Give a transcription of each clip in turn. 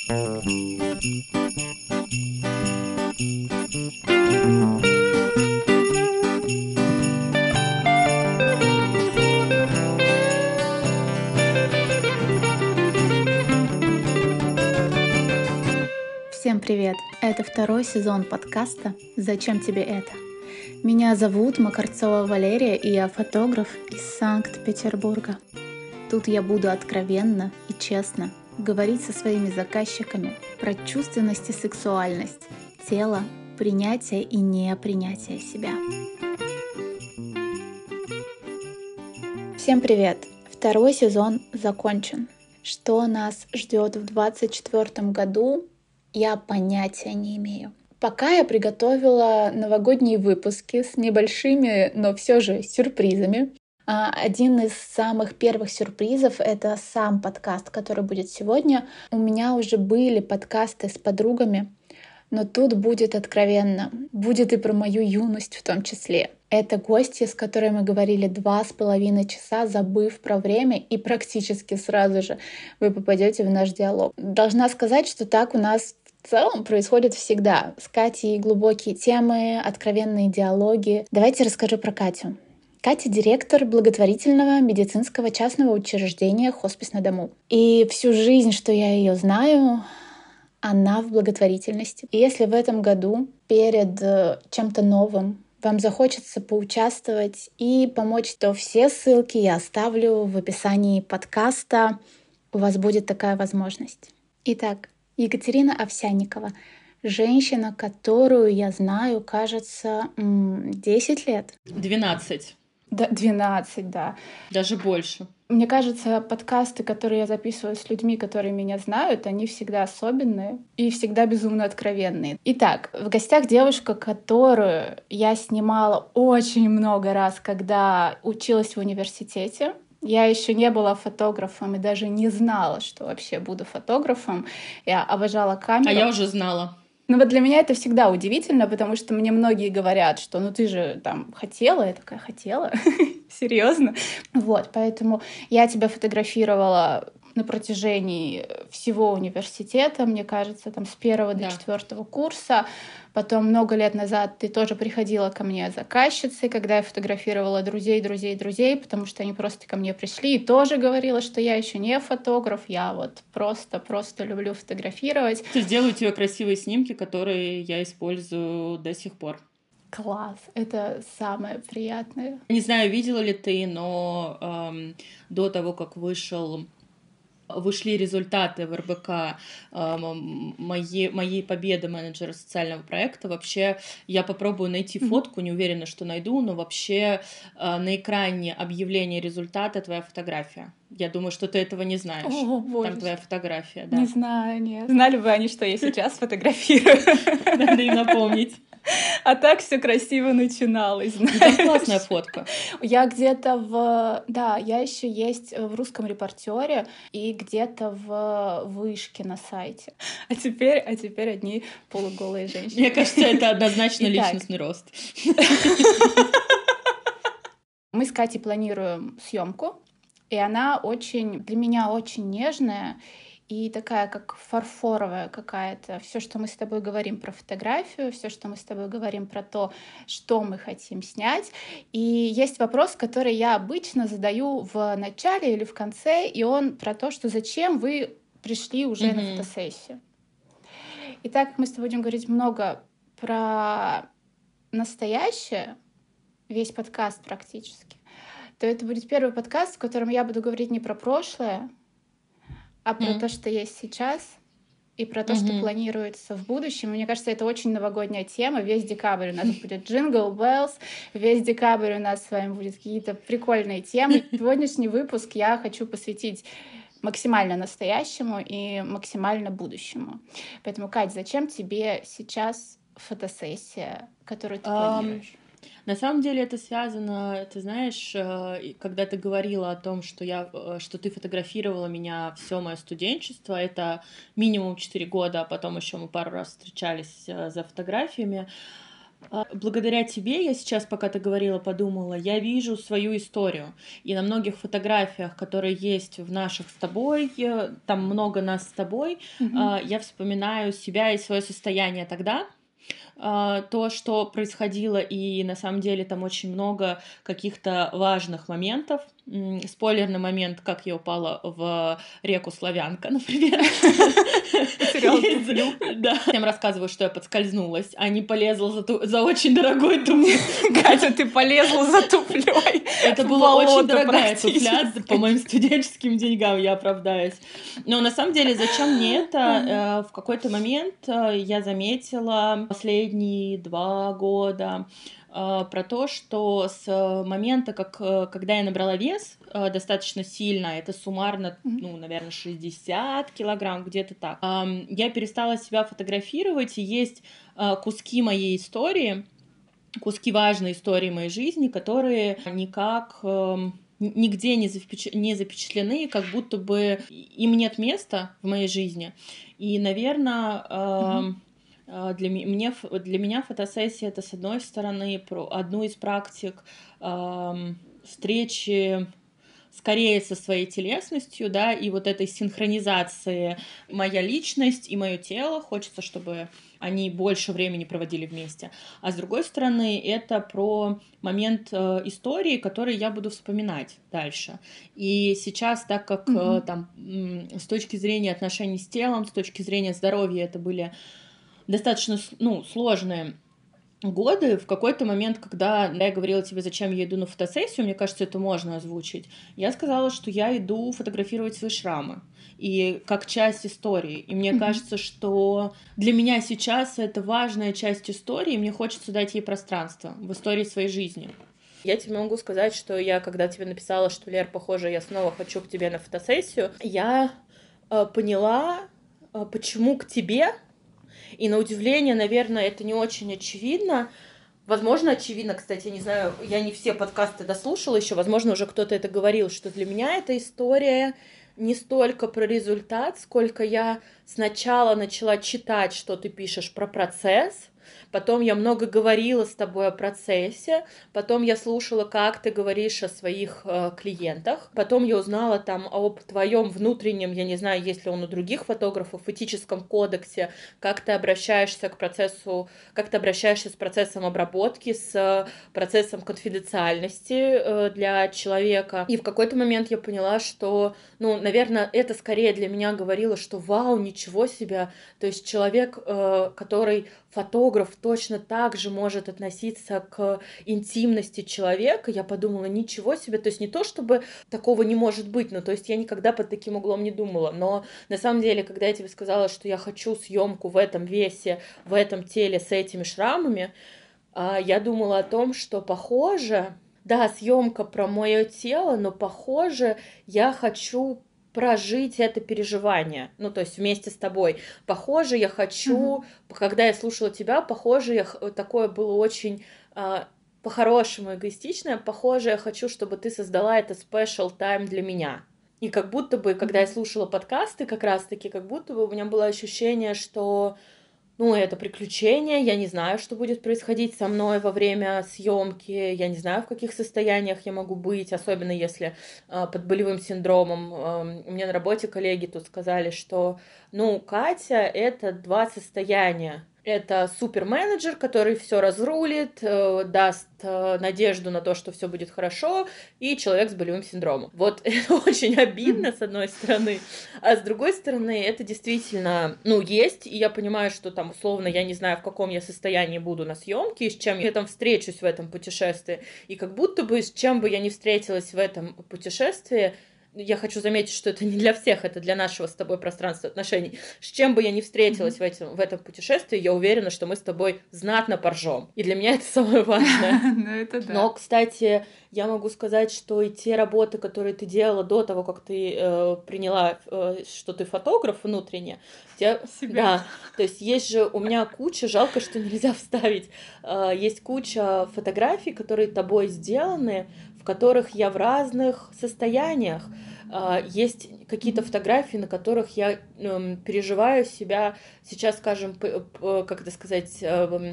Всем привет! Это второй сезон подкаста «Зачем тебе это?». Меня зовут Макарцова Валерия, и я фотограф из Санкт-Петербурга. Тут я буду откровенно и честно говорить со своими заказчиками про чувственность и сексуальность, тело, принятие и непринятие себя. Всем привет! Второй сезон закончен. Что нас ждет в 2024 году, я понятия не имею. Пока я приготовила новогодние выпуски с небольшими, но все же сюрпризами. Один из самых первых сюрпризов — это сам подкаст, который будет сегодня. У меня уже были подкасты с подругами, но тут будет откровенно. Будет и про мою юность в том числе. Это гости, с которой мы говорили 2,5 часа, забыв про время, и практически сразу же вы попадете в наш диалог. Должна сказать, что так у нас в целом происходит всегда. С Катей глубокие темы, откровенные диалоги. Давайте расскажу про Катю. Катя — директор благотворительного медицинского частного учреждения «Хоспис на дому». И всю жизнь, что я ее знаю, она в благотворительности. И если в этом году перед чем-то новым вам захочется поучаствовать и помочь, то все ссылки я оставлю в описании подкаста. У вас будет такая возможность. Итак, Екатерина Овсянникова. Женщина, которую я знаю, кажется, 10 лет. 12. Да, 12, да. Даже больше. Мне кажется, подкасты, которые я записываю с людьми, которые меня знают, они всегда особенные и всегда безумно откровенные. Итак, в гостях девушка, которую я снимала очень много раз, когда училась в университете. Я еще не была фотографом и даже не знала, что вообще буду фотографом. Я обожала камеру. А я уже знала. Ну вот для меня это всегда удивительно, потому что мне многие говорят, что ну ты же там хотела. Я такая: хотела? Серьезно? Вот, поэтому я тебя фотографировала на протяжении всего университета, мне кажется, там с 1 до 4 курса. Потом много лет назад ты тоже приходила ко мне заказчицей, когда я фотографировала друзей, потому что они просто ко мне пришли и тоже говорила, что я еще не фотограф, я вот просто люблю фотографировать. Сделаю тебе красивые снимки, которые я использую до сих пор. Класс, это самое приятное. Не знаю, видела ли ты, но до того, как вышли результаты в РБК моей победы менеджера социального проекта. Вообще, я попробую найти фотку, не уверена, что найду, но вообще на экране объявление результата твоя фотография. Я думаю, что ты этого не знаешь. О, боже. Там твоя фотография, да. Не знаю, нет. Знали бы они, что я сейчас фотографирую. Надо им напомнить. А так все красиво начиналось, знаешь. Там классная фотка. Я где-то Да, я еще есть в «Русском репортере» и где-то в «Вышке» на сайте. А теперь одни полуголые женщины. Мне кажется, это однозначно личностный рост. Мы с Катей планируем съемку, и она для меня очень нежная и такая, как фарфоровая какая-то. Все, что мы с тобой говорим про фотографию, все, что мы с тобой говорим про то, что мы хотим снять. И есть вопрос, который я обычно задаю в начале или в конце, и он про то, что зачем вы пришли уже на фотосессию. И так как мы с тобой будем говорить много про настоящее, весь подкаст практически, то это будет первый подкаст, в котором я буду говорить не про прошлое, а про то, что есть сейчас, и про то, что планируется в будущем. И мне кажется, это очень новогодняя тема. Весь декабрь у нас будет Jingle Bells, весь декабрь у нас с вами будут какие-то прикольные темы. Сегодняшний выпуск я хочу посвятить максимально настоящему и максимально будущему. Поэтому, Кать, зачем тебе сейчас фотосессия, которую ты планируешь? На самом деле это связано, ты знаешь, когда ты говорила о том, что ты фотографировала меня все мое студенчество, это минимум 4 года, а потом еще мы пару раз встречались за фотографиями. Благодаря тебе я сейчас, пока ты говорила, подумала, я вижу свою историю. И на многих фотографиях, которые есть в наших с тобой, там много нас с тобой, я вспоминаю себя и свое состояние тогда, то, что происходило, и на самом деле там очень много каких-то важных моментов. Спойлерный момент, как я упала в реку Славянка, например. Потеряла туфлю. Да. Я им рассказываю, что я подскользнулась, а не полезла за очень дорогой туфлей. Катя, ты полезла за туфлей. Это была очень дорогая туфля по моим студенческим деньгам, я оправдаюсь. Но на самом деле, зачем мне это? В какой-то момент я заметила последние 2 года про то, что с момента, когда я набрала вес достаточно сильно, это суммарно, наверное, 60 килограмм, где-то так, я перестала себя фотографировать, и есть куски моей истории, куски важной истории моей жизни, которые никак нигде не запечатлены, как будто бы им нет места в моей жизни. И, наверное, для меня фотосессия — это, с одной стороны, про одну из практик встречи скорее со своей телесностью, да, и вот этой синхронизации моя личность и мое тело. Хочется, чтобы они больше времени проводили вместе. А с другой стороны, это про момент истории, который я буду вспоминать дальше. И сейчас, так как там с точки зрения отношений с телом, с точки зрения здоровья, это были достаточно сложные годы, в какой-то момент, когда я говорила тебе, зачем я иду на фотосессию, мне кажется, это можно озвучить, я сказала, что я иду фотографировать свои шрамы и как часть истории. И мне кажется, что для меня сейчас это важная часть истории, и мне хочется дать ей пространство в истории своей жизни. Я тебе могу сказать, что я, когда тебе написала, что, Лер, похоже, я снова хочу к тебе на фотосессию, я поняла, почему к тебе. И на удивление, наверное, это не очень очевидно. Возможно, очевидно, кстати, я не знаю, я не все подкасты дослушала еще, возможно, уже кто-то это говорил, что для меня эта история не столько про результат, сколько я сначала начала читать, что ты пишешь про процесс, потом я много говорила с тобой о процессе, потом я слушала, как ты говоришь о своих клиентах, потом я узнала там об твоем внутреннем, я не знаю, есть ли он у других фотографов, этическом кодексе, как ты обращаешься к процессу, как ты обращаешься с процессом обработки, с процессом конфиденциальности для человека. И в какой-то момент я поняла, что, наверное, это скорее для меня говорило, что вау, ничего себе, то есть человек, который фотограф, точно так же может относиться к интимности человека. Я подумала, ничего себе, то есть не то, чтобы такого не может быть, то есть я никогда под таким углом не думала, но на самом деле, когда я тебе сказала, что я хочу съемку в этом весе, в этом теле с этими шрамами, я думала о том, что похоже, да, съемка про мое тело, но похоже, я хочу прожить это переживание, то есть вместе с тобой. Похоже, я хочу, когда я слушала тебя, похоже, такое было очень по-хорошему эгоистичное, похоже, я хочу, чтобы ты создала это special time для меня. И как будто бы, когда я слушала подкасты, как раз-таки, как будто бы у меня было ощущение, что это приключение, я не знаю, что будет происходить со мной во время съемки, я не знаю, в каких состояниях я могу быть, особенно если под болевым синдромом. Мне на работе коллеги тут сказали, что, Катя — это 2 состояния. Это суперменеджер, который все разрулит, даст надежду на то, что все будет хорошо, и человек с болевым синдромом. Вот это очень обидно, с одной стороны, а с другой стороны, это действительно, есть, и я понимаю, что там, условно, я не знаю, в каком я состоянии буду на съемке, и с чем я там встречусь в этом путешествии, и как будто бы с чем бы я ни встретилась в этом путешествии, я хочу заметить, что это не для всех, это для нашего с тобой пространства отношений. С чем бы я ни встретилась в этом путешествии, я уверена, что мы с тобой знатно поржем. И для меня это самое важное. Но, кстати, я могу сказать, что и те работы, которые ты делала до того, как ты приняла, что ты фотограф внутренне, да, то есть же у меня куча, жалко, что нельзя вставить, есть куча фотографий, которые тобой сделаны, в которых я в разных состояниях. Есть какие-то фотографии, на которых я переживаю себя сейчас, скажем, как это сказать,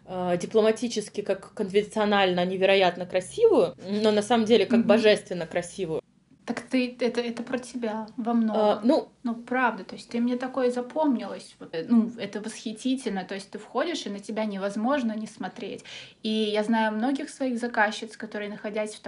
дипломатически, как конвенционально невероятно красивую, но на самом деле как божественно красивую. Так это про тебя во многом. Ну, правда, то есть ты мне такое запомнилось. Ну, это восхитительно. То есть ты входишь, и на тебя невозможно не смотреть. И я знаю многих своих заказчиц, которые, находясь в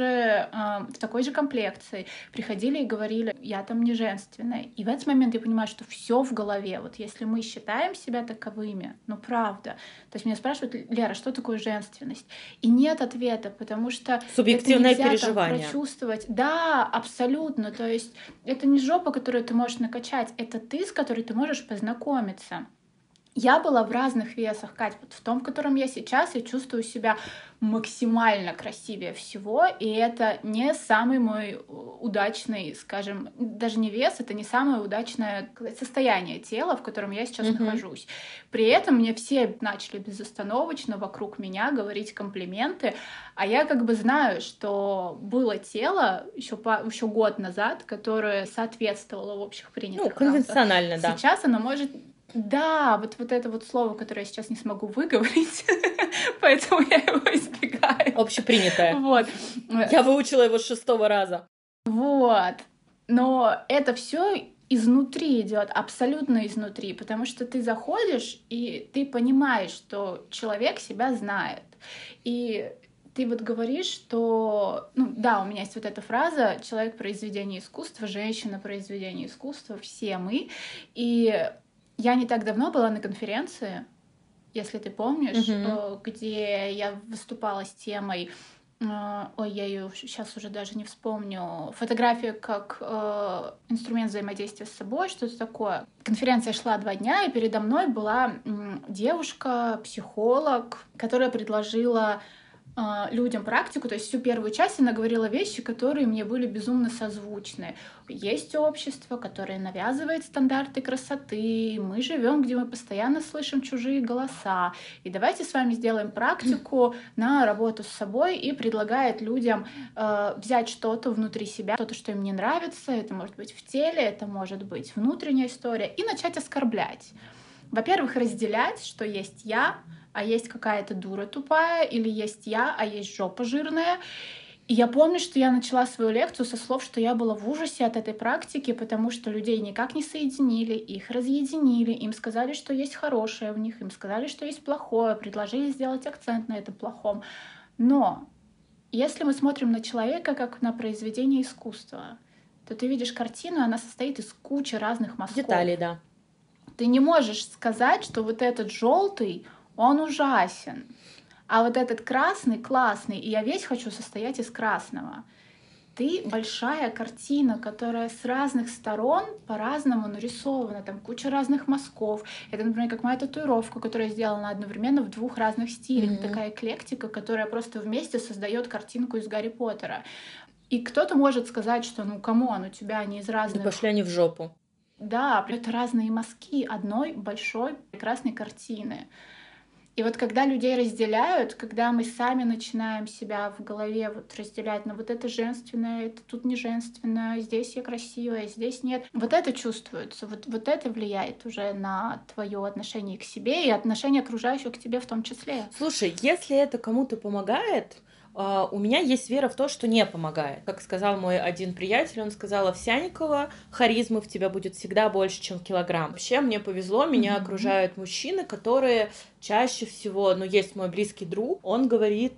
такой же комплекции, приходили и говорили: я там не женственная. И в этот момент я понимаю, что все в голове. Вот если мы считаем себя таковыми, ну, правда. То есть меня спрашивают: Лера, что такое женственность? И нет ответа, потому что субъективное это нельзя переживание. там прочувствовать. Да, абсолютно. То есть это не жопа, которую ты можешь накачать, это ты, с которой ты можешь познакомиться. Я была в разных весах, Кать. Вот в том, в котором я сейчас, я чувствую себя максимально красивее всего, и это не самый мой удачный, скажем, даже не вес, это не самое удачное состояние тела, в котором я сейчас нахожусь. При этом мне все начали безостановочно вокруг меня говорить комплименты, а я как бы знаю, что было тело еще год назад, которое соответствовало в общих принятых конвенционально, рамках. да. Сейчас оно может... Да, вот это вот слово, которое я сейчас не смогу выговорить, поэтому я его избегаю. Общепринятое. Вот. Я выучила его с 6-го раза. Вот. Но это все изнутри идет, абсолютно изнутри, потому что ты заходишь, и ты понимаешь, что человек себя знает. И ты вот говоришь, что... Ну да, у меня есть вот эта фраза: человек — произведение искусства, женщина — произведение искусства, все мы. И я не так давно была на конференции, если ты помнишь, где я выступала с темой... Ой, я ее сейчас уже даже не вспомню. Фотография как инструмент взаимодействия с собой, что-то такое. Конференция шла 2 дня, и передо мной была девушка, психолог, которая предложила людям практику. То есть всю первую часть она говорила вещи, которые мне были безумно созвучны. Есть общество, которое навязывает стандарты красоты, мы живем, где мы постоянно слышим чужие голоса, и давайте с вами сделаем практику на работу с собой, и предлагает людям взять что-то внутри себя, что-то, что им не нравится, это может быть в теле, это может быть внутренняя история, и начать оскорблять. Во-первых, разделять, что есть я, а есть какая-то дура тупая, или есть я, а есть жопа жирная. И я помню, что я начала свою лекцию со слов, что я была в ужасе от этой практики, потому что людей никак не соединили, их разъединили, им сказали, что есть хорошее в них, им сказали, что есть плохое, предложили сделать акцент на этом плохом. Но если мы смотрим на человека как на произведение искусства, то ты видишь картину, она состоит из кучи разных мазков. Деталей, да. Ты не можешь сказать, что вот этот желтый, он ужасен, а вот этот красный классный, и я весь хочу состоять из красного. Ты большая картина, которая с разных сторон по-разному нарисована, там куча разных мазков. Это, например, как моя татуировка, которая сделана одновременно в 2 разных стилях. Такая эклектика, которая просто вместе создает картинку из Гарри Поттера. И кто-то может сказать, что ну камон, у тебя они из разных... Да пошли они в жопу. Да, это разные мазки одной большой прекрасной картины. И вот когда людей разделяют, когда мы сами начинаем себя в голове вот разделять, ну вот это женственное, это тут не женственное, здесь я красивая, здесь нет. Вот это чувствуется, вот это влияет уже на твое отношение к себе и отношение окружающих к тебе в том числе. Слушай, если это кому-то помогает, у меня есть вера в то, что не помогает. Как сказал мой один приятель, он сказал: Овсянникова, харизмы в тебя будет всегда больше, чем килограмм. Вообще мне повезло, меня окружают мужчины, которые чаще всего, ну, есть мой близкий друг, он говорит...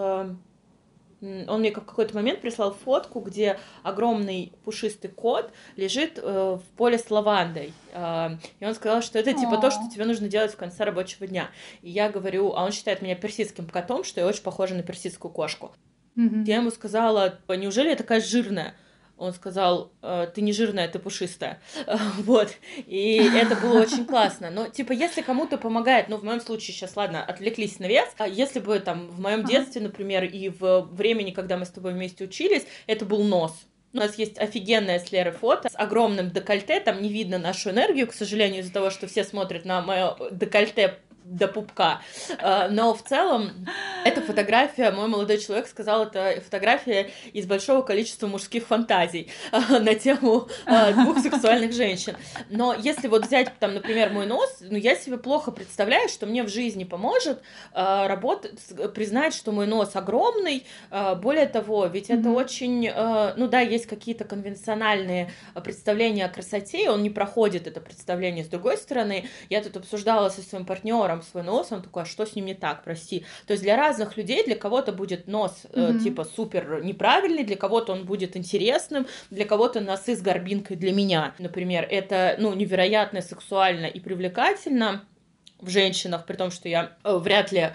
Он мне в какой-то момент прислал фотку, где огромный пушистый кот лежит в поле с лавандой. И он сказал, что это типа то, что тебе нужно делать в конце рабочего дня. И я говорю, а он считает меня персидским котом, что я очень похожа на персидскую кошку. Я ему сказала: неужели я такая жирная? Он сказал: ты не жирная, ты пушистая. Вот. И это было очень классно. Но, типа, если кому-то помогает, ну, в моем случае сейчас, ладно, отвлеклись на вес, а если бы там в моем детстве, например, и в времени, когда мы с тобой вместе учились, это был нос. У нас есть офигенное с Лерой фото с огромным декольте, там не видно нашу энергию, к сожалению, из-за того, что все смотрят на мое декольте до пупка. Но в целом эта фотография, мой молодой человек сказал, это фотография из большого количества мужских фантазий на тему двух сексуальных женщин. Но если вот взять, там, например, мой нос, ну, я себе плохо представляю, что мне в жизни поможет работать, признать, что мой нос огромный. Более того, ведь это очень, ну да, есть какие-то конвенциональные представления о красоте, и он не проходит это представление. С другой стороны, я тут обсуждала со своим партнером свой нос, он такой, а что с ним не так, прости. То есть для разных людей, для кого-то будет нос типа супер неправильный, для кого-то он будет интересным, для кого-то носы с горбинкой для меня, например, это, ну, невероятно сексуально и привлекательно в женщинах, при том, что я вряд ли,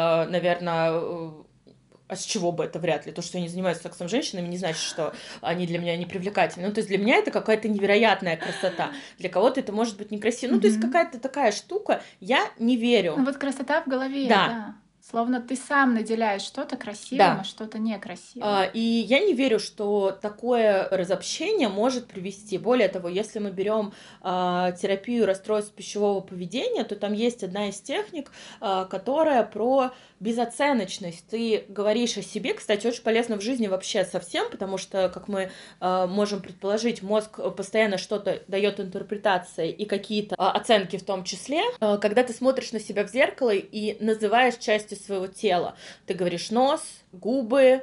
наверное, а с чего бы это вряд ли? То, что я не занимаюсь сексом с женщинами, не значит, что они для меня не привлекательны. Ну, то есть для меня это какая-то невероятная красота. Для кого-то это может быть некрасиво. Ну, то есть какая-то такая штука. Я не верю. Ну, вот красота в голове, да. Словно ты сам наделяешь что-то красивым, а что-то некрасивым. И я не верю, что такое разобщение может привести. Более того, если мы берем терапию расстройств пищевого поведения, то там есть одна из техник, которая про безоценочность. Ты говоришь о себе, кстати, очень полезно в жизни вообще совсем, потому что, как мы можем предположить, мозг постоянно что-то дает интерпретации и какие-то оценки в том числе. Когда ты смотришь на себя в зеркало и называешь части своего тела, ты говоришь нос, губы,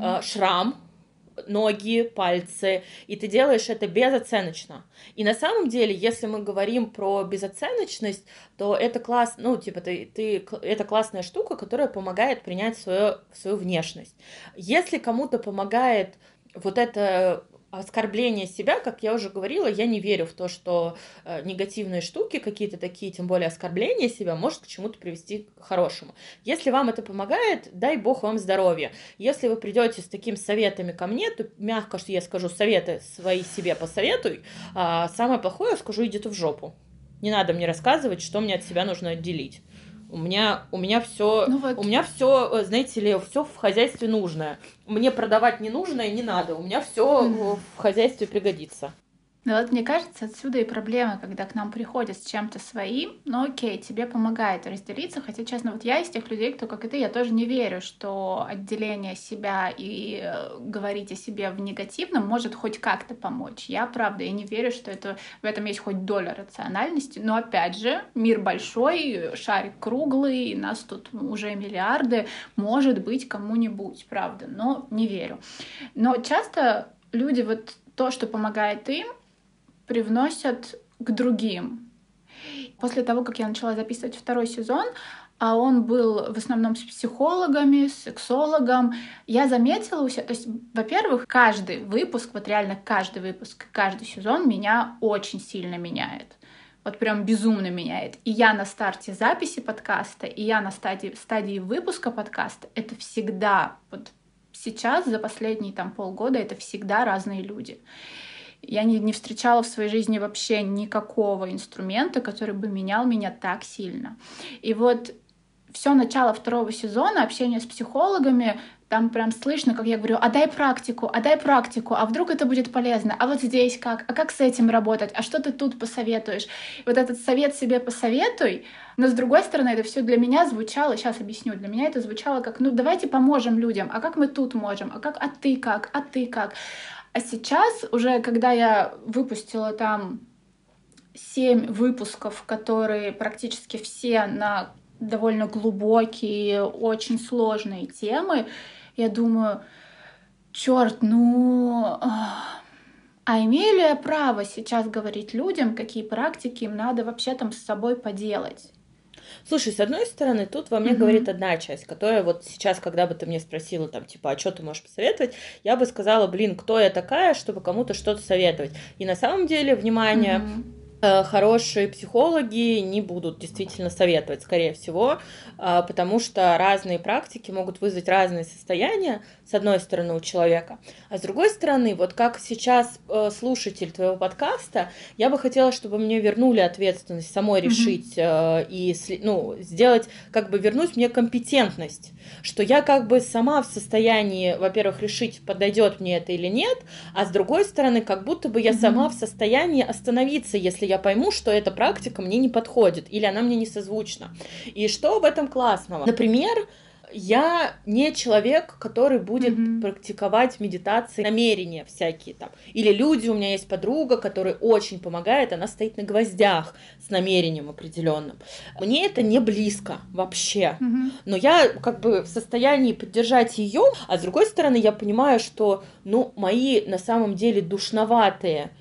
шрам, ноги, пальцы, и ты делаешь это безоценочно. И на самом деле, если мы говорим про безоценочность, то это класс, ну, типа, это классная штука, которая помогает принять свою внешность. Если кому-то помогает вот это оскорбление себя, как я уже говорила, я не верю в то, что негативные штуки, какие-то такие, тем более оскорбление себя, может к чему-то привести к хорошему. Если вам это помогает, дай бог вам здоровья. Если вы придете с такими советами ко мне, то мягко, что я скажу, советы свои себе посоветуй, а самое плохое я скажу, иди ты в жопу. Не надо мне рассказывать, что мне от себя нужно отделить. У меня все, у меня все, знаете ли, все в хозяйстве нужное. Мне продавать ненужное не надо. У меня все в хозяйстве пригодится. Ну вот мне кажется, отсюда и проблема, когда к нам приходят с чем-то своим, ну окей, тебе помогает разделиться, хотя, честно, вот я из тех людей, кто, как и ты, я тоже не верю, что отделение себя и говорить о себе в негативном может хоть как-то помочь. Я, правда, я не верю, что в этом есть хоть доля рациональности, но, опять же, мир большой, шарик круглый, нас тут уже миллиарды, может быть, кому-нибудь, правда, но не верю. Но часто люди вот то, что помогает им, привносят к другим. После того, как я начала записывать второй сезон, а он был в основном с психологами, с сексологом, я заметила у себя, то есть, во-первых, каждый выпуск, вот реально каждый выпуск, каждый сезон меня очень сильно меняет. Вот прям безумно меняет. И я на старте записи подкаста, и я на стадии выпуска подкаста, это всегда, вот сейчас, за последние там полгода, это всегда разные люди. Я не встречала в своей жизни вообще никакого инструмента, который бы менял меня так сильно. И вот все начало второго сезона, общение с психологами, там прям слышно, как я говорю, а дай практику, а вдруг это будет полезно, а вот здесь как, а как с этим работать, а что ты тут посоветуешь? И вот этот совет себе посоветуй, но с другой стороны, это все для меня звучало, сейчас объясню, для меня это звучало как, ну давайте поможем людям, а как мы тут можем, а ты как. А сейчас, уже когда я выпустила там 7 выпусков, которые практически все на довольно глубокие, очень сложные темы, я думаю, черт, а имею ли я право сейчас говорить людям, какие практики им надо вообще там с собой поделать? Слушай, с одной стороны, тут во мне говорит одна часть, которая вот сейчас, когда бы ты мне спросила, там, типа, а что ты можешь посоветовать, я бы сказала, блин, кто я такая, чтобы кому-то что-то советовать. И на самом деле, внимание, хорошие психологи не будут действительно советовать, скорее всего, потому что разные практики могут вызвать разные состояния, с одной стороны, у человека, а с другой стороны, вот как сейчас слушатель твоего подкаста, я бы хотела, чтобы мне вернули ответственность самой решить и сделать, как бы вернуть мне компетентность, что я как бы сама в состоянии, во-первых, решить, подойдет мне это или нет, а с другой стороны, как будто бы я сама в состоянии остановиться, если я пойму, что эта практика мне не подходит или она мне не созвучна. И что в этом классного? Например, я не человек, который будет практиковать медитации, намерения всякие там. Или люди, у меня есть подруга, которая очень помогает, она стоит на гвоздях с намерением определенным. Мне это не близко вообще. Но я как бы в состоянии поддержать ее, а с другой стороны я понимаю, что мои на самом деле душноватые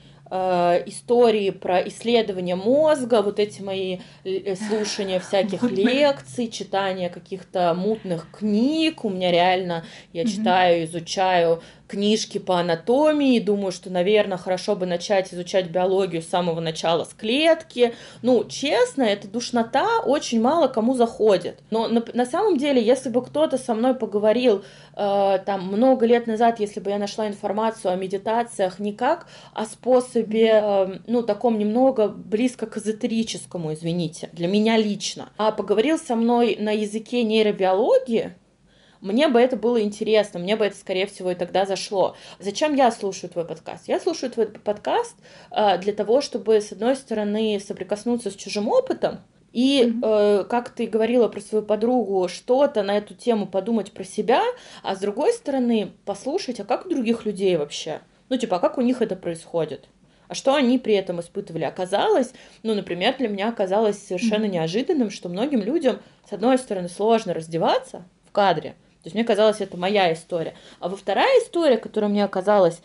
истории про исследование мозга, вот эти мои слушания всяких лекций, читание каких-то мутных книг, у меня реально, я читаю, изучаю книжки по анатомии, и думаю, что, наверное, хорошо бы начать изучать биологию с самого начала, с клетки. Честно, эта душнота очень мало кому заходит. Но на самом деле, если бы кто-то со мной поговорил там много лет назад, если бы я нашла информацию о медитациях не как о способе, таком немного близко к эзотерическому, извините, для меня лично, а поговорил со мной на языке нейробиологии, мне бы это было интересно, мне бы это, скорее всего, и тогда зашло. Зачем я слушаю твой подкаст? Я слушаю твой подкаст для того, чтобы, с одной стороны, соприкоснуться с чужим опытом, и, как ты говорила про свою подругу, что-то на эту тему подумать про себя, а с другой стороны, послушать, а как у других людей вообще? А как у них это происходит? А что они при этом испытывали? Оказалось, например, для меня оказалось совершенно неожиданным, что многим людям, с одной стороны, сложно раздеваться в кадре. То есть мне казалось, это моя история. А вторая история, которая мне оказалась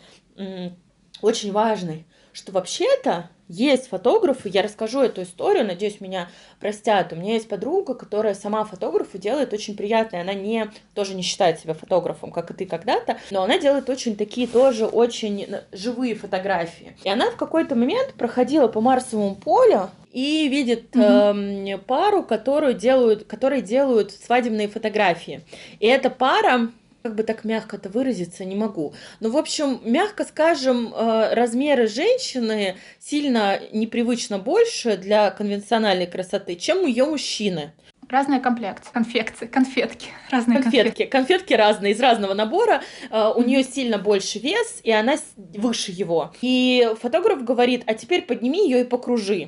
очень важной, что вообще-то есть фотографы, я расскажу эту историю, надеюсь, меня простят. У меня есть подруга, которая сама фотограф и делает очень приятное. Она тоже не считает себя фотографом, как и ты когда-то, но она делает очень такие тоже очень живые фотографии. И она в какой-то момент проходила по Марсовому полю и видит пару, которые делают свадебные фотографии. И эта пара, как бы так мягко это выразиться, не могу. В общем, мягко скажем, размеры женщины сильно непривычно больше для конвенциональной красоты, чем у ее мужчины. Разная комплекция, конфетки. Разные конфетки разные, из разного набора. У нее сильно больше вес, и она выше его. И фотограф говорит, а теперь подними ее и покружи.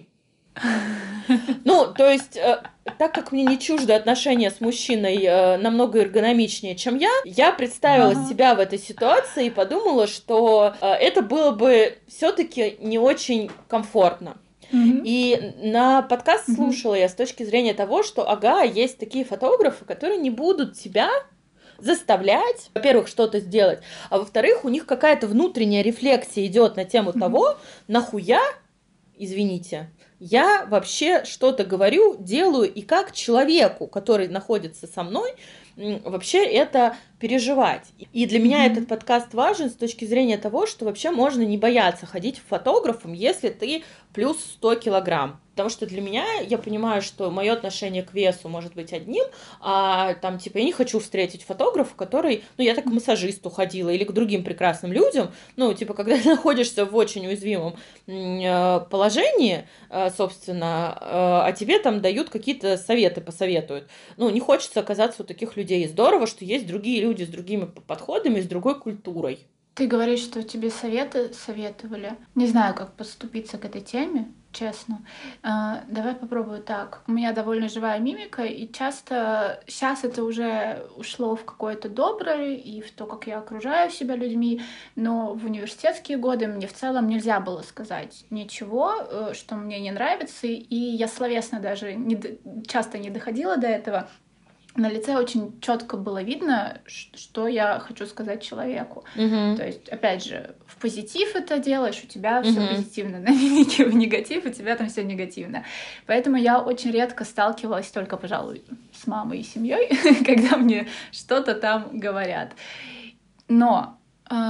То есть, так как мне не чуждо отношения с мужчиной намного эргономичнее, чем я представила себя в этой ситуации и подумала, что это было бы все-таки не очень комфортно. И на подкаст слушала я с точки зрения того, что, есть такие фотографы, которые не будут тебя заставлять, во-первых, что-то сделать, а во-вторых, у них какая-то внутренняя рефлексия идет на тему того, нахуя, извините, я вообще что-то говорю, делаю, и как человеку, который находится со мной, вообще это переживать. И для меня этот подкаст важен с точки зрения того, что вообще можно не бояться ходить к фотографам, если ты плюс 100 килограмм. Потому что для меня, я понимаю, что мое отношение к весу может быть одним, а там, я не хочу встретить фотографа, который, я так к массажисту ходила или к другим прекрасным людям, когда ты находишься в очень уязвимом положении, собственно, а тебе там дают какие-то советы, посоветуют. Не хочется оказаться у таких людей. И здорово, что есть другие люди с другими подходами, с другой культурой. Ты говоришь, что тебе советовали. Не знаю, как подступиться к этой теме, честно. Давай попробую так. У меня довольно живая мимика, и часто сейчас это уже ушло в какое-то доброе и в то, как я окружаю себя людьми, но в университетские годы мне в целом нельзя было сказать ничего, что мне не нравится, и я словесно даже часто не доходила до этого. На лице очень четко было видно, что я хочу сказать человеку. То есть, опять же, в позитив это делаешь, у тебя все позитивно, на мимике в негатив, у тебя там все негативно. Поэтому я очень редко сталкивалась, только, пожалуй, с мамой и семьей, когда мне что-то там говорят. Но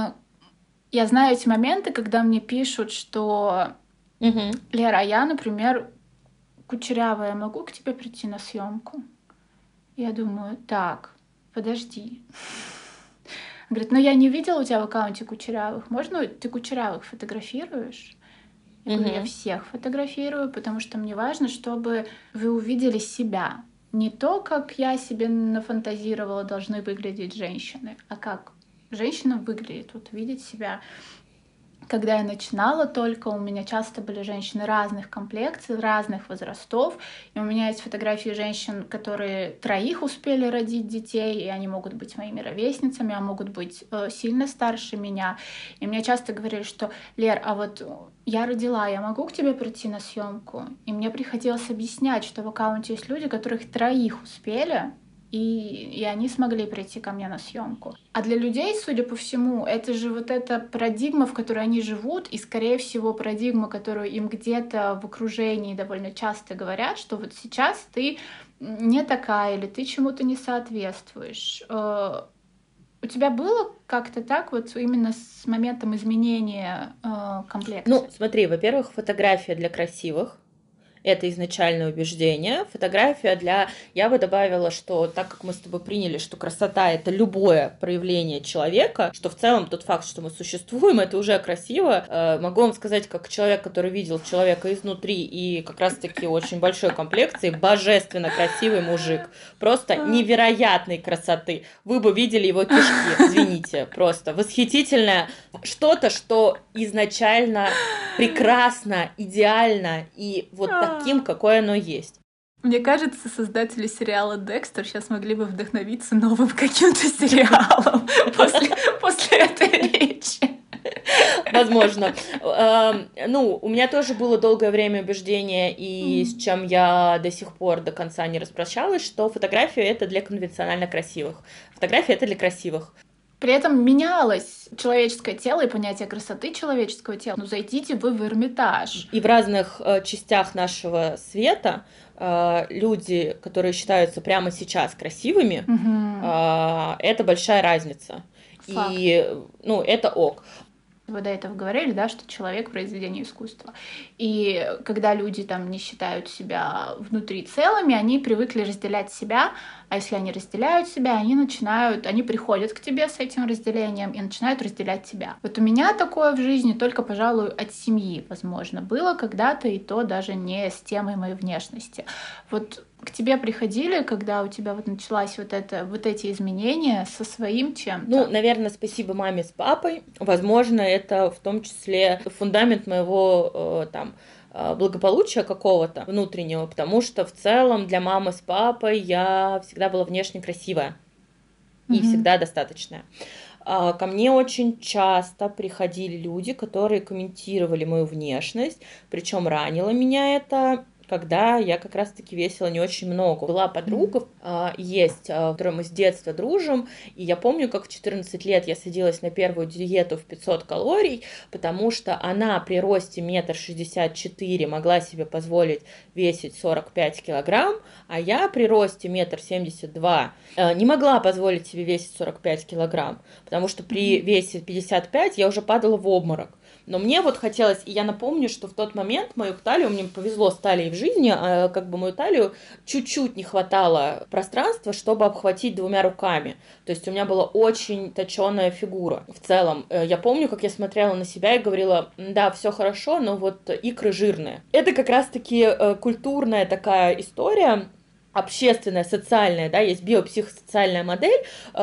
я знаю эти моменты, когда мне пишут, что Лера, я, например, кучерявая, могу к тебе прийти на съемку? Я думаю, так, подожди. Говорит, я не видела у тебя в аккаунте кучерявых. Можно ты кучерявых фотографируешь? Я говорю, я всех фотографирую, потому что мне важно, чтобы вы увидели себя. Не то, как я себе нафантазировала, должны выглядеть женщины, а как женщина выглядит, видеть себя. Когда я начинала только, у меня часто были женщины разных комплекций, разных возрастов. И у меня есть фотографии женщин, которые 3 успели родить детей, и они могут быть моими ровесницами, а могут быть сильно старше меня. И мне часто говорили, что: Лер, а вот я родила, я могу к тебе прийти на съемку? И мне приходилось объяснять, что в аккаунте есть люди, которых 3 успели, и они смогли прийти ко мне на съемку. А для людей, судя по всему, это же вот эта парадигма, в которой они живут, и, скорее всего, парадигма, которую им где-то в окружении довольно часто говорят, что вот сейчас ты не такая, или ты чему-то не соответствуешь. У тебя было как-то так вот именно с моментом изменения комплекции? Ну, смотри, во-первых, фотография для красивых. Это изначальное убеждение. Фотография для... Я бы добавила, что так как мы с тобой приняли, что красота — это любое проявление человека, что в целом тот факт, что мы существуем, это уже красиво. Могу вам сказать, как человек, который видел человека изнутри и как раз-таки очень большой комплекции, божественно красивый мужик. Просто невероятной красоты. Вы бы видели его кишки, извините, просто восхитительное. Что-то, что изначально прекрасно, идеально и вот таким, какое оно есть. Мне кажется, создатели сериала «Декстер» сейчас могли бы вдохновиться новым каким-то сериалом после этой речи. Возможно. Ну, у меня тоже было долгое время убеждение, и с чем я до сих пор до конца не распрощалась, что фотография — это для конвенционально красивых. Фотография — это для красивых. При этом менялось человеческое тело и понятие красоты человеческого тела. Ну, зайдите вы в Эрмитаж. И в разных частях нашего света люди, которые считаются прямо сейчас красивыми, это большая разница. Факт. И, ну, это ок. Вы до этого говорили, да, что человек — произведение искусства. И когда люди там не считают себя внутри целыми, они привыкли разделять себя, а если они разделяют себя, они приходят к тебе с этим разделением и начинают разделять тебя. Вот у меня такое в жизни только, пожалуй, от семьи, возможно, было когда-то, и то даже не с темой моей внешности. Вот к тебе приходили, когда у тебя вот началась вот эти изменения со своим чем-то? Ну, наверное, спасибо маме с папой. Возможно, это в том числе фундамент моего благополучия какого-то внутреннего, потому что в целом для мамы с папой я всегда была внешне красивая и всегда достаточная. Ко мне очень часто приходили люди, которые комментировали мою внешность, причем ранило меня это, когда я как раз-таки весила не очень много. Была подруга, есть, с которой мы с детства дружим, и я помню, как в 14 лет я садилась на первую диету в 500 калорий, потому что она при росте 1,64 м могла себе позволить весить 45 килограмм, а я при росте 1,72 м не могла позволить себе весить 45 килограмм, потому что при весе 55 я уже падала в обморок. Но мне вот хотелось, и я напомню, что в тот момент мою талию, мне повезло с талией в жизни, как бы мою талию чуть-чуть не хватало пространства, чтобы обхватить 2 руками. То есть у меня была очень точеная фигура. В целом, я помню, как я смотрела на себя и говорила: да, все хорошо, но вот икры жирные. Это как раз-таки культурная такая история, общественная, социальная, да, есть биопсихосоциальная модель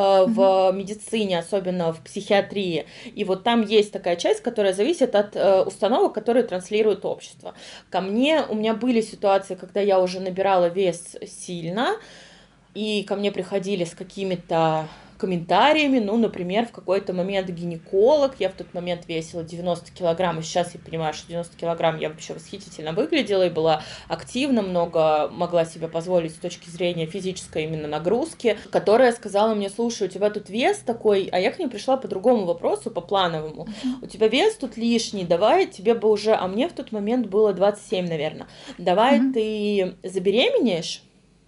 в медицине, особенно в психиатрии, и вот там есть такая часть, которая зависит от установок, которые транслирует общество. У меня были ситуации, когда я уже набирала вес сильно, и ко мне приходили с какими-то комментариями, ну, например, в какой-то момент гинеколог, я в тот момент весила 90 килограмм, и сейчас я понимаю, что 90 килограмм я вообще восхитительно выглядела и была активна, много могла себе позволить с точки зрения физической именно нагрузки, которая сказала мне: слушай, у тебя тут вес такой, а я к ней пришла по другому вопросу, по плановому, у тебя вес тут лишний, давай тебе бы уже, а мне в тот момент было 27, наверное, давай ты забеременеешь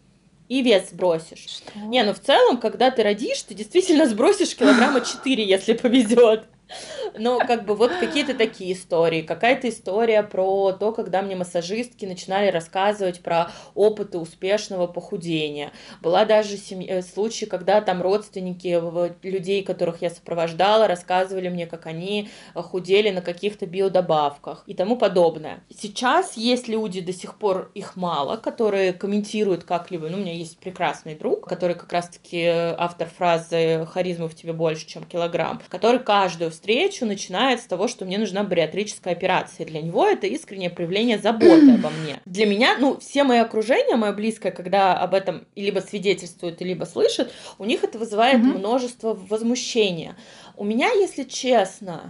и вес сбросишь. Что? Не, ну в целом, когда ты родишь, ты действительно сбросишь килограмма 4, если повезет. Но как бы вот какие-то такие истории. Какая-то история про то, когда мне массажистки начинали рассказывать про опыты успешного похудения. Была даже случай, когда там родственники людей, которых я сопровождала, рассказывали мне, как они худели на каких-то биодобавках и тому подобное. Сейчас есть люди, до сих пор их мало, которые комментируют как-либо. Ну, у меня есть прекрасный друг, который как раз-таки автор фразы «харизма в тебе больше, чем килограмм», который каждую встречу начинает с того, что мне нужна бариатрическая операция. Для него это искреннее проявление заботы обо мне. Для меня, все мои окружения, мое близкое, когда об этом либо свидетельствуют, либо слышат, у них это вызывает множество возмущения. У меня, если честно,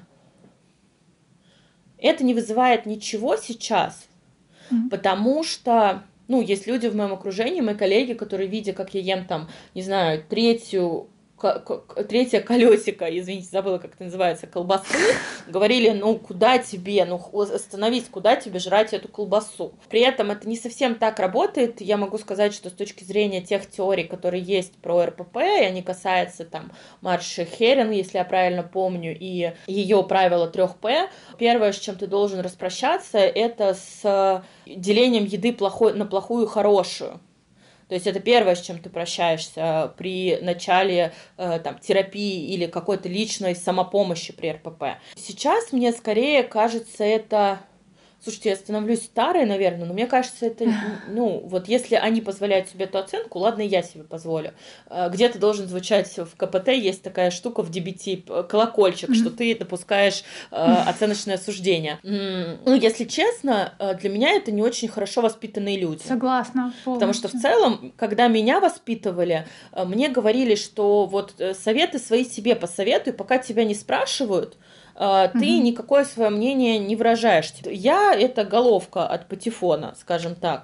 это не вызывает ничего сейчас, потому что, есть люди в моем окружении, мои коллеги, которые, видя, как я ем там, не знаю, третье колесико, извините, забыла, как это называется, колбасы, говорили, куда тебе, остановись, куда тебе жрать эту колбасу. При этом это не совсем так работает. Я могу сказать, что с точки зрения тех теорий, которые есть про РПП, и они касаются там Марши Херинг, если я правильно помню, и ее правила 3П, первое, с чем ты должен распрощаться, это с делением еды на плохую и хорошую. То есть это первое, с чем ты прощаешься при начале терапии или какой-то личной самопомощи при РПП. Сейчас мне скорее кажется это... Слушайте, я становлюсь старой, наверное, но мне кажется, это, если они позволяют себе эту оценку, ладно, и я себе позволю. Где-то должен звучать в КПТ, есть такая штука в DBT, колокольчик, что ты допускаешь оценочное суждение. Если честно, для меня это не очень хорошо воспитанные люди. Согласна полностью. Потому что в целом, когда меня воспитывали, мне говорили, что советы свои себе посоветуй, пока тебя не спрашивают, ты никакое свое мнение не выражаешь. Я — это головка от патефона, скажем так.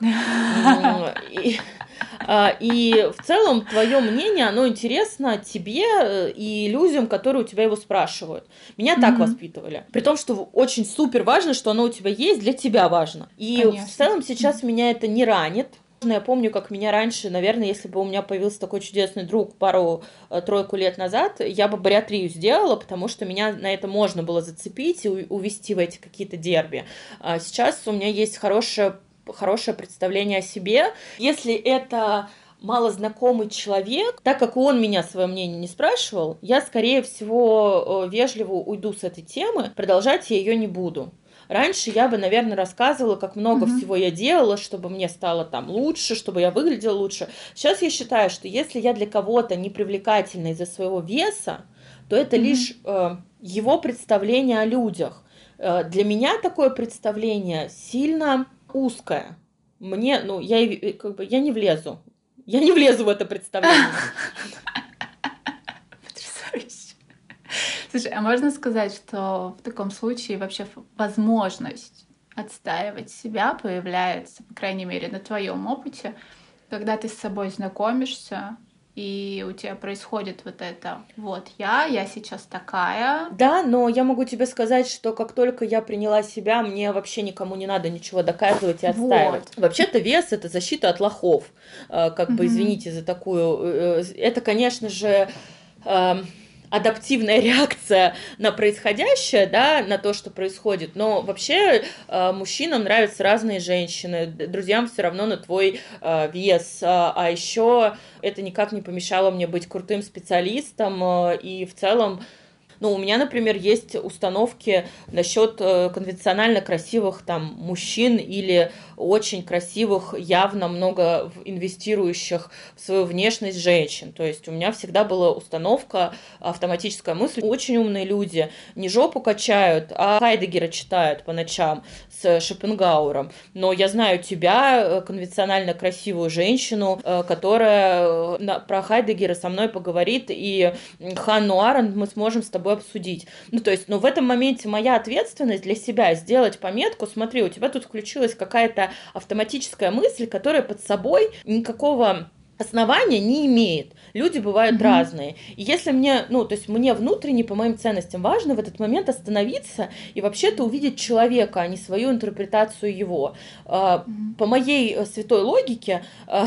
И в целом твое мнение, оно интересно тебе и людям, которые у тебя его спрашивают. Меня так воспитывали. При том, что очень супер важно, что оно у тебя есть, для тебя важно. И Конечно. В целом сейчас меня это не ранит. Я помню, как меня раньше, наверное, если бы у меня появился такой чудесный друг пару-тройку лет назад, я бы бариатрию сделала, потому что меня на это можно было зацепить и увести в эти какие-то дерби. А сейчас у меня есть хорошее представление о себе. Если это малознакомый человек, так как он меня свое мнение не спрашивал, я, скорее всего, вежливо уйду с этой темы, продолжать я ее не буду. Раньше я бы, наверное, рассказывала, как много всего я делала, чтобы мне стало там лучше, чтобы я выглядела лучше. Сейчас я считаю, что если я для кого-то не привлекательна из-за своего веса, то это лишь его представление о людях. Для меня такое представление сильно узкое. Мне, я не влезу. Я не влезу в это представление. Потрясающе. Слушай, а можно сказать, что в таком случае вообще возможность отстаивать себя появляется, по крайней мере, на твоем опыте, когда ты с собой знакомишься, и у тебя происходит вот это я сейчас такая. Да, но я могу тебе сказать, что как только я приняла себя, мне вообще никому не надо ничего доказывать и отстаивать. Вообще-то вес — это защита от лохов. Извините за такую... Это, конечно же... адаптивная реакция на происходящее, да, на то, что происходит. Но вообще мужчинам нравятся разные женщины, друзьям все равно на твой вес. А еще это никак не помешало мне быть крутым специалистом. И в целом, у меня, например, есть установки насчет конвенционально красивых там мужчин или очень красивых, явно много инвестирующих в свою внешность женщин. То есть у меня всегда была установка, автоматическая мысль. Очень умные люди не жопу качают, а Хайдеггера читают по ночам с Шопенгауэром. Но я знаю тебя, конвенционально красивую женщину, которая про Хайдеггера со мной поговорит, и Ханну Аренд мы сможем с тобой обсудить. В этом моменте моя ответственность для себя сделать пометку: смотри, у тебя тут включилась какая-то автоматическая мысль, которая под собой никакого основания не имеет. Люди бывают разные. И если мне, мне внутренне, по моим ценностям, важно в этот момент остановиться и вообще-то увидеть человека, а не свою интерпретацию его. По моей святой логике,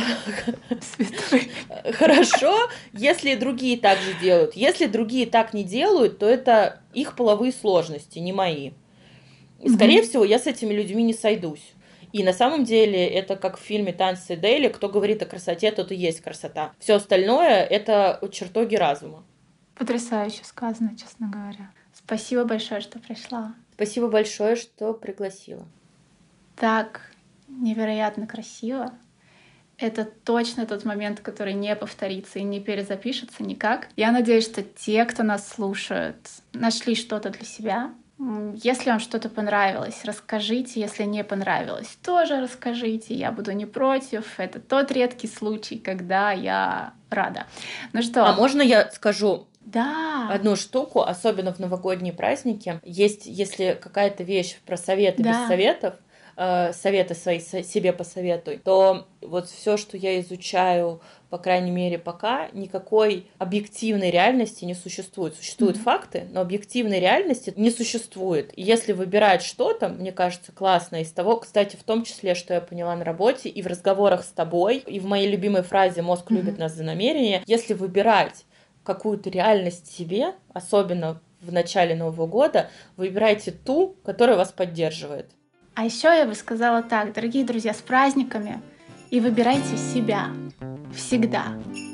хорошо, если другие так же делают. Если другие так не делают, то это их половые сложности, не мои. И, скорее всего, я с этими людьми не сойдусь. И на самом деле это как в фильме «Танцы Дейли», кто говорит о красоте, тот и есть красота. Все остальное — это чертоги разума. Потрясающе сказано, честно говоря. Спасибо большое, что пришла. Спасибо большое, что пригласила. Так невероятно красиво. Это точно тот момент, который не повторится и не перезапишется никак. Я надеюсь, что те, кто нас слушают, нашли что-то для себя. Если вам что-то понравилось, расскажите. Если не понравилось, тоже расскажите. Я буду не против. Это тот редкий случай, когда я рада. Ну что? А можно я скажу Да. одну штуку, особенно в новогодние праздники? Есть, если какая-то вещь про советы без советов, советы свои себе посоветуй, то вот все, что я изучаю, по крайней мере, пока, никакой объективной реальности не существует. Существуют факты, но объективной реальности не существует. И если выбирать что-то, мне кажется, классно из того, кстати, в том числе, что я поняла на работе и в разговорах с тобой, и в моей любимой фразе «мозг любит нас за намерение», если выбирать какую-то реальность себе, особенно в начале Нового года, выбирайте ту, которая вас поддерживает. А еще я бы сказала так, дорогие друзья, с праздниками, и выбирайте себя всегда.